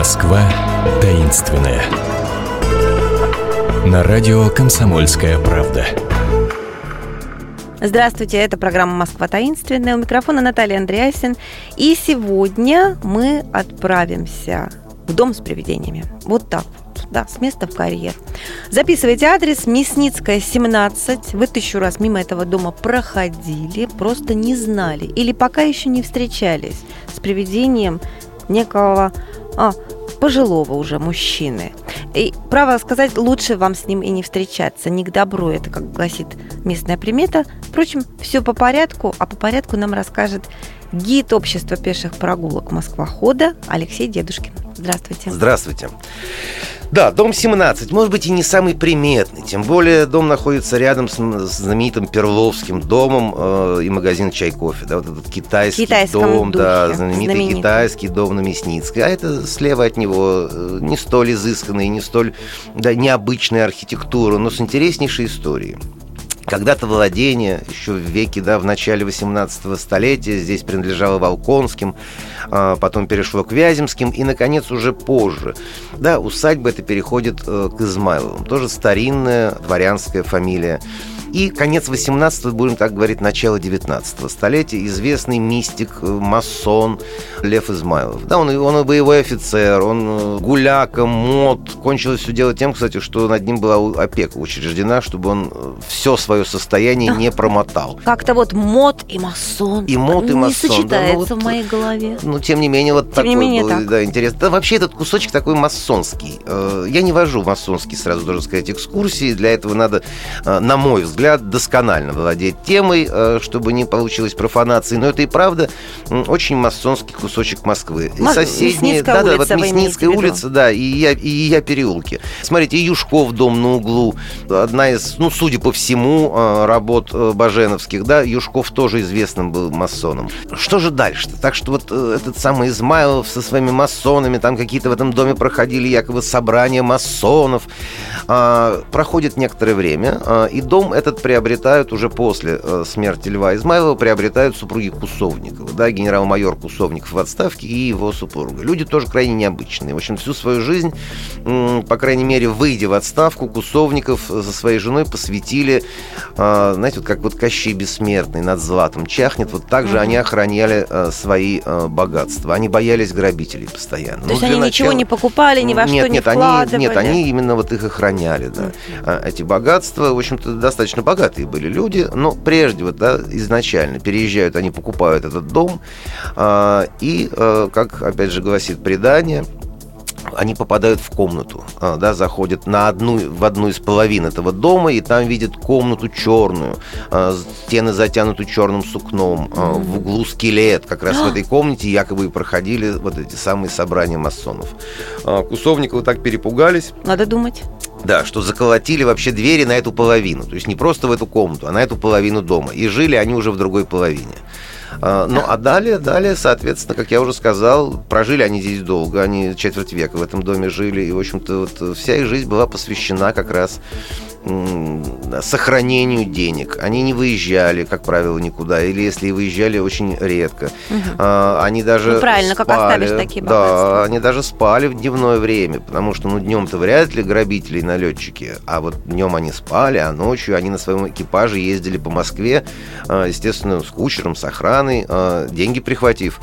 Москва таинственная. На радио «Комсомольская правда». Здравствуйте, это программа «Москва таинственная». У микрофона Наталья Андреасин. И сегодня мы отправимся в дом с привидениями. Вот так вот, да, с места в карьер. Записывайте адрес: Мясницкая, 17. Вы 1000 раз мимо этого дома проходили, просто не знали или пока еще не встречались с привидением некого пожилого уже мужчины. И, право сказать, лучше вам с ним и не встречаться. Не к добру, это, как гласит местная примета. Впрочем, все по порядку, а по порядку нам расскажет гид общества пеших прогулок Москвохода Алексей Дедушкин. Здравствуйте. Здравствуйте. Да, дом 17, может быть, и не самый приметный. Тем более дом находится рядом с знаменитым Перловским домом и магазином «Чай-кофе». Да, вот этот китайский дом, да, знаменитый китайский дом на Мясницкой. А это слева от него не столь изысканная, не столь необычная архитектура, но с интереснейшей историей. Когда-то владение, еще в веке, в начале 18 столетия, здесь принадлежало Волконским, потом перешло к Вяземским, и, наконец, уже позже, усадьба эта переходит к Измайловым. Тоже старинная дворянская фамилия. И конец 18-го, будем так говорить, начало 19 столетия, известный мистик, масон Лев Измайлов. Да, он и боевой офицер, он гуляка, мод. Кончилось все дело тем, кстати, что над ним была опека учреждена, чтобы он все свое состояние не промотал. Как-то вот мод и масон не сочетается в моей голове. Но тем не менее, вот такой был интерес. Да, вообще этот кусочек такой масонский. Я не вожу масонские, сразу должен сказать, экскурсии. Для этого надо, на мой взгляд, досконально владеть темой, чтобы не получилось профанации. Но это и правда очень масонский кусочек Москвы. И соседние, Мясницкая улица, и я переулки. Смотрите, и Юшков дом на углу. Одна из, судя по всему, работ баженовских, Юшков тоже известным был масоном. Что же дальше-то? Так что вот этот самый Измайлов со своими масонами, там какие-то в этом доме проходили якобы собрания масонов. Проходит некоторое время, и дом этот приобретают уже после смерти Льва Измайлова, приобретают супруги Кусовникова, генерал-майор Кусовников в отставке и его супруга. Люди тоже крайне необычные. В общем, всю свою жизнь, по крайней мере, выйдя в отставку, Кусовников со своей женой посвятили, знаете, вот как вот Кощей Бессмертный над златом чахнет, вот так же они охраняли свои богатства. Они боялись грабителей постоянно. То есть они ничего не покупали, ни во что не вкладывали? Они именно вот их охраняли, эти богатства, в общем-то, достаточно богатые были люди, но прежде изначально переезжают, они покупают этот дом, и, как, опять же, гласит предание, они попадают в комнату, заходят в одну из половин этого дома, и там видят комнату черную, стены затянуты черным сукном, в углу скелет. Как раз в этой комнате якобы и проходили вот эти самые собрания масонов. Кусовниковы так перепугались. Надо думать. Да, что заколотили вообще двери на эту половину. То есть не просто в эту комнату, а на эту половину дома. И жили они уже в другой половине. Далее, соответственно, как я уже сказал, прожили они здесь долго, они четверть века в этом доме жили, и, в общем-то, вся их жизнь была посвящена как раз сохранению денег. Они не выезжали, как правило, никуда, или если и выезжали, очень редко. Они даже правильно, спали, как оставишь такие богатства. Да, они даже спали в дневное время, потому что, днем-то вряд ли грабители и налетчики, а вот днем они спали, а ночью они на своем экипаже ездили по Москве, естественно, с кучером, с охраной, деньги прихватив,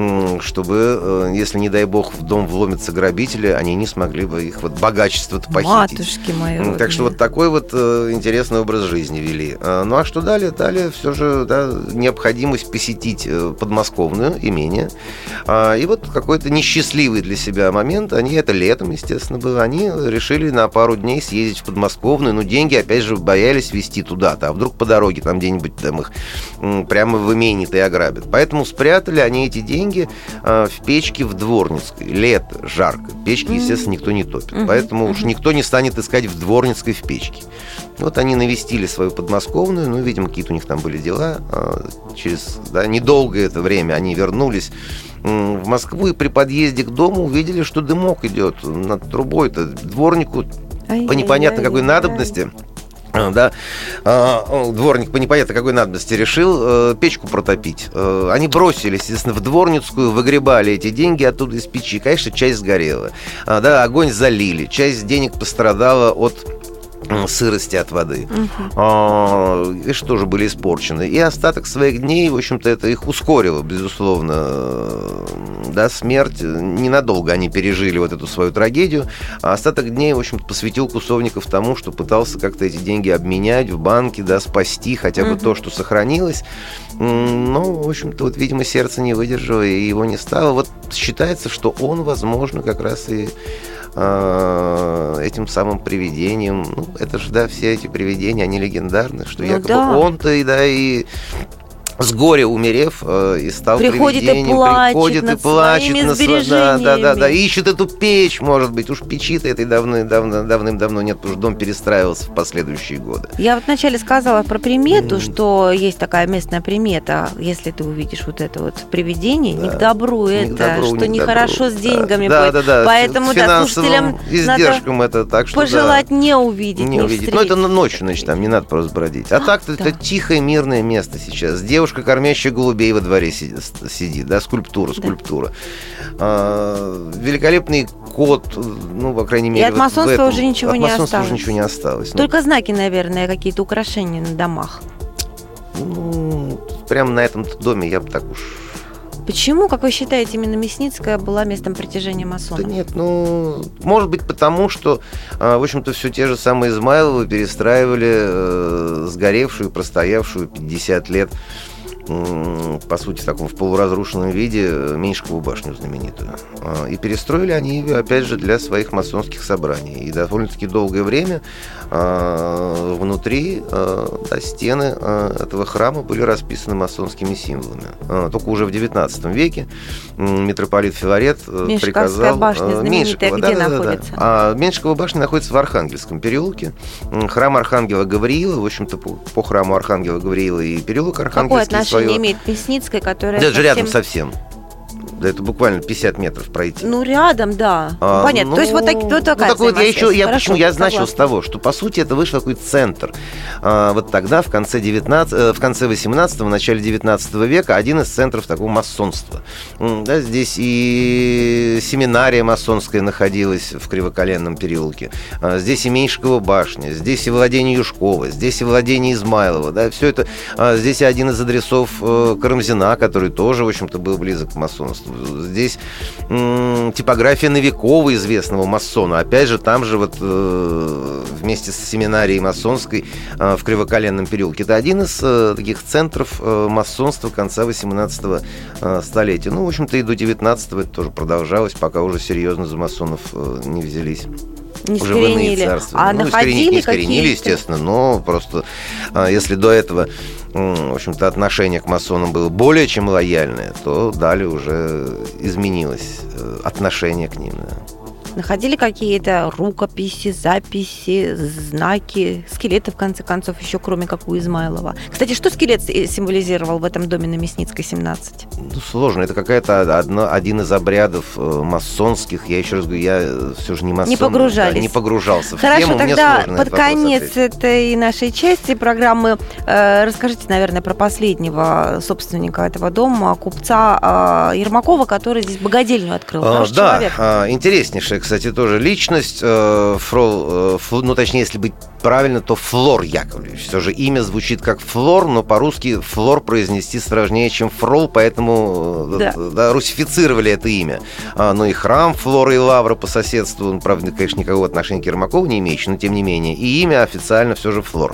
чтобы, если, не дай бог, в дом вломятся грабители, они не смогли бы их богачество-то похитить. Матушки мои. Так что такой интересный образ жизни вели. Ну а что далее? Далее все же необходимость посетить подмосковное имение. И вот какой-то несчастливый для себя момент, это летом, естественно, было, они решили на пару дней съездить в подмосковную, но деньги, опять же, боялись везти туда-то, а вдруг по дороге там где-нибудь их прямо в имение-то и ограбят. Поэтому спрятали они эти деньги в печке в Дворницкой. Лето, жарко. Печки, естественно, никто не топит. Поэтому уж никто не станет искать в Дворницкой в печке. Вот они навестили свою подмосковную, видимо, какие-то у них там были дела. Через недолгое это время они вернулись в Москву и при подъезде к дому увидели, что дымок идет над трубой-то. Дворнику по непонятной какой надобности Да, дворник по непонятно какой надобности решил печку протопить. Они бросились, естественно, в дворницкую, выгребали эти деньги оттуда из печи. Конечно, часть сгорела. Да, огонь залили, часть денег пострадала от сырости от воды. И что же были испорчены. И остаток своих дней, в общем-то, это их ускорило, безусловно. Да, смерть. Ненадолго они пережили вот эту свою трагедию. А остаток дней, в общем-то, посвятил Кусовников тому, что пытался как-то эти деньги обменять в банке, да, спасти хотя бы то, что сохранилось. Но, в общем-то, вот, видимо, сердце не выдержало, и его не стало. Вот считается, что он, возможно, как раз и этим самым привидением. Ну, это же, да, все эти привидения, они легендарны, что якобы он-то и с горя умерев, и стал привидением. Приходит и плачет над сбережениями. Да, ищет эту печь, может быть. Уж печи-то этой давным-давно нет, потому что дом перестраивался в последующие годы. Я вот вначале сказала про примету, что есть такая местная примета. Если ты увидишь вот это вот привидение, не к добру это, что нехорошо с деньгами будет. Поэтому, да, слушателям издержкам это так, что пожелать не увидеть, не встретить. Ну, это ночью, значит, там не надо просто бродить. А так-то это тихое, мирное место сейчас. Девушка, кормящая голубей во дворе сидит, да, скульптура. Великолепный кот, ну, по крайней мере, и от масонства уже ничего не осталось. От масонства уже ничего не осталось. Только знаки, наверное, какие-то украшения на домах. Ну, прямо на этом доме я бы так уж... Почему, как вы считаете, именно Мясницкая была местом притяжения масонов? Да нет, ну, может быть, потому что, в общем-то, все те же самые Измайловы перестраивали сгоревшую, простоявшую 50 лет, по сути, в таком в полуразрушенном виде Меньшикову башню знаменитую. И перестроили они ее, опять же, для своих масонских собраний. И довольно-таки долгое время внутри стены этого храма были расписаны масонскими символами. Только уже в XIX веке митрополит Филарет приказал... Меньшиковская башня знаменитая где находится? А Меньшикова башня находится в Архангельском переулке. Храм Архангела Гавриила, в общем-то, по храму Архангела Гавриила и переулок Архангельский не имеет Мясницкая, которая... Даже рядом совсем. Да, это буквально 50 метров пройти. Ну, рядом, да. Понятно. То есть вот такая почему я начал с того, что, по сути, это вышел такой центр. Вот тогда, в конце 18-го, начале 19 века, один из центров такого масонства. Да, здесь и семинария масонская находилась в Кривоколенном переулке. Здесь и Меньшикова башня, здесь и владение Юшкова, здесь и владение Измайлова. Да, все это. Здесь и один из адресов Карамзина, который тоже, в общем-то, был близок к масонству. Здесь типография Новикова, известного масона. Опять же, там же вот вместе с семинарией масонской в Кривоколенном переулке. Это один из таких центров масонства конца 18 столетия. Ну, в общем-то, и до 19-го это тоже продолжалось, пока уже серьезно за масонов не взялись. Не уже в иные царства. А находили не искоренили, естественно, но просто если до этого, в общем-то, отношение к масонам было более чем лояльное, то далее уже изменилось отношение к ним. Да. Находили какие-то рукописи, записи, знаки, скелеты, в конце концов, еще кроме как у Измайлова. Кстати, что скелет символизировал в этом доме на Мясницкой, 17? Ну, сложно. Это какая-то один из обрядов масонских. Я еще раз говорю, я все же не масон. Не погружались. Да, не погружался в Хорошо, тему. тогда под конец этой нашей части программы расскажите, наверное, про последнего собственника этого дома, купца Ермакова, который здесь богадельню открыл. Хороший человек. Да, интереснейшая, кстати, тоже личность. Фрол, ну, точнее, если быть правильно, то Флор Яковлевич. Все же имя звучит как Флор, но по-русски Флор произнести сложнее, чем Фрол, поэтому русифицировали это имя. Ну и храм Флора и Лавра по соседству, он, правда, конечно, никакого отношения к Ермакову не имеющий, но тем не менее. И имя официально все же Флор.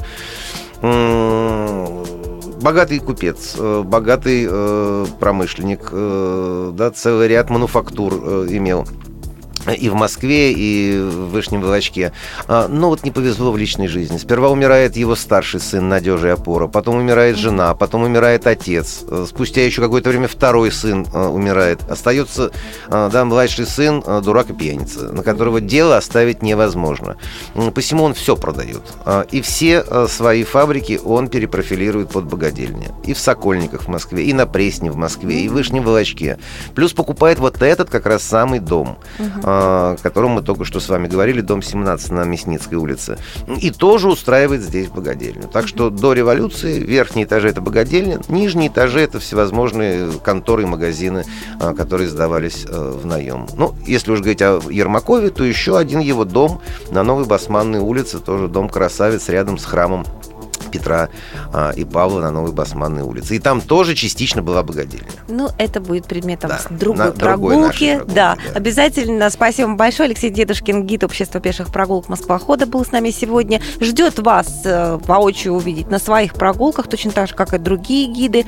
Богатый купец, богатый промышленник, да, целый ряд мануфактур имел. И в Москве, и в Вышнем Волочке. Но вот не повезло в личной жизни. Сперва умирает его старший сын, надежа и опора. Потом умирает жена. Потом умирает отец. Спустя еще какое-то время второй сын умирает. Остается, да, младший сын, дурак и пьяница, на которого дело оставить невозможно. Посему он все продает. И все свои фабрики он перепрофилирует под богадельни. И в Сокольниках в Москве, и на Пресне в Москве, и в Вышнем Волочке. Плюс покупает вот этот как раз самый дом. о котором мы только что с вами говорили, дом 17 на Мясницкой улице, и тоже устраивает здесь богадельню. Так что до революции верхние этажи — это богадельня, нижние этажи — это всевозможные конторы и магазины, которые сдавались в наем. Ну, если уж говорить о Ермакове, то еще один его дом на Новой Басманной улице, тоже дом «Красавец», рядом с храмом Петра и Павла на Новой Басманной улице. И там тоже частично была богадельня. Ну, это будет предметом другой прогулки. Да, обязательно. Спасибо вам большое. Алексей Дедушкин, гид общества пеших прогулок Москва-Хода, был с нами сегодня. Ждет вас воочию увидеть на своих прогулках, точно так же, как и другие гиды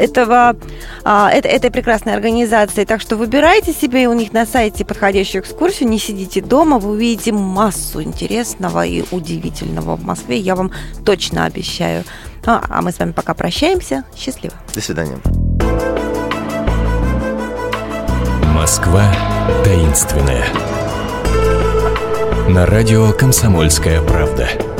этой прекрасной организации. Так что выбирайте себе у них на сайте подходящую экскурсию, не сидите дома, вы увидите массу интересного и удивительного в Москве. Я вам точно обещаю. А мы с вами пока прощаемся. Счастливо. До свидания. Москва таинственная. На радио «Комсомольская правда».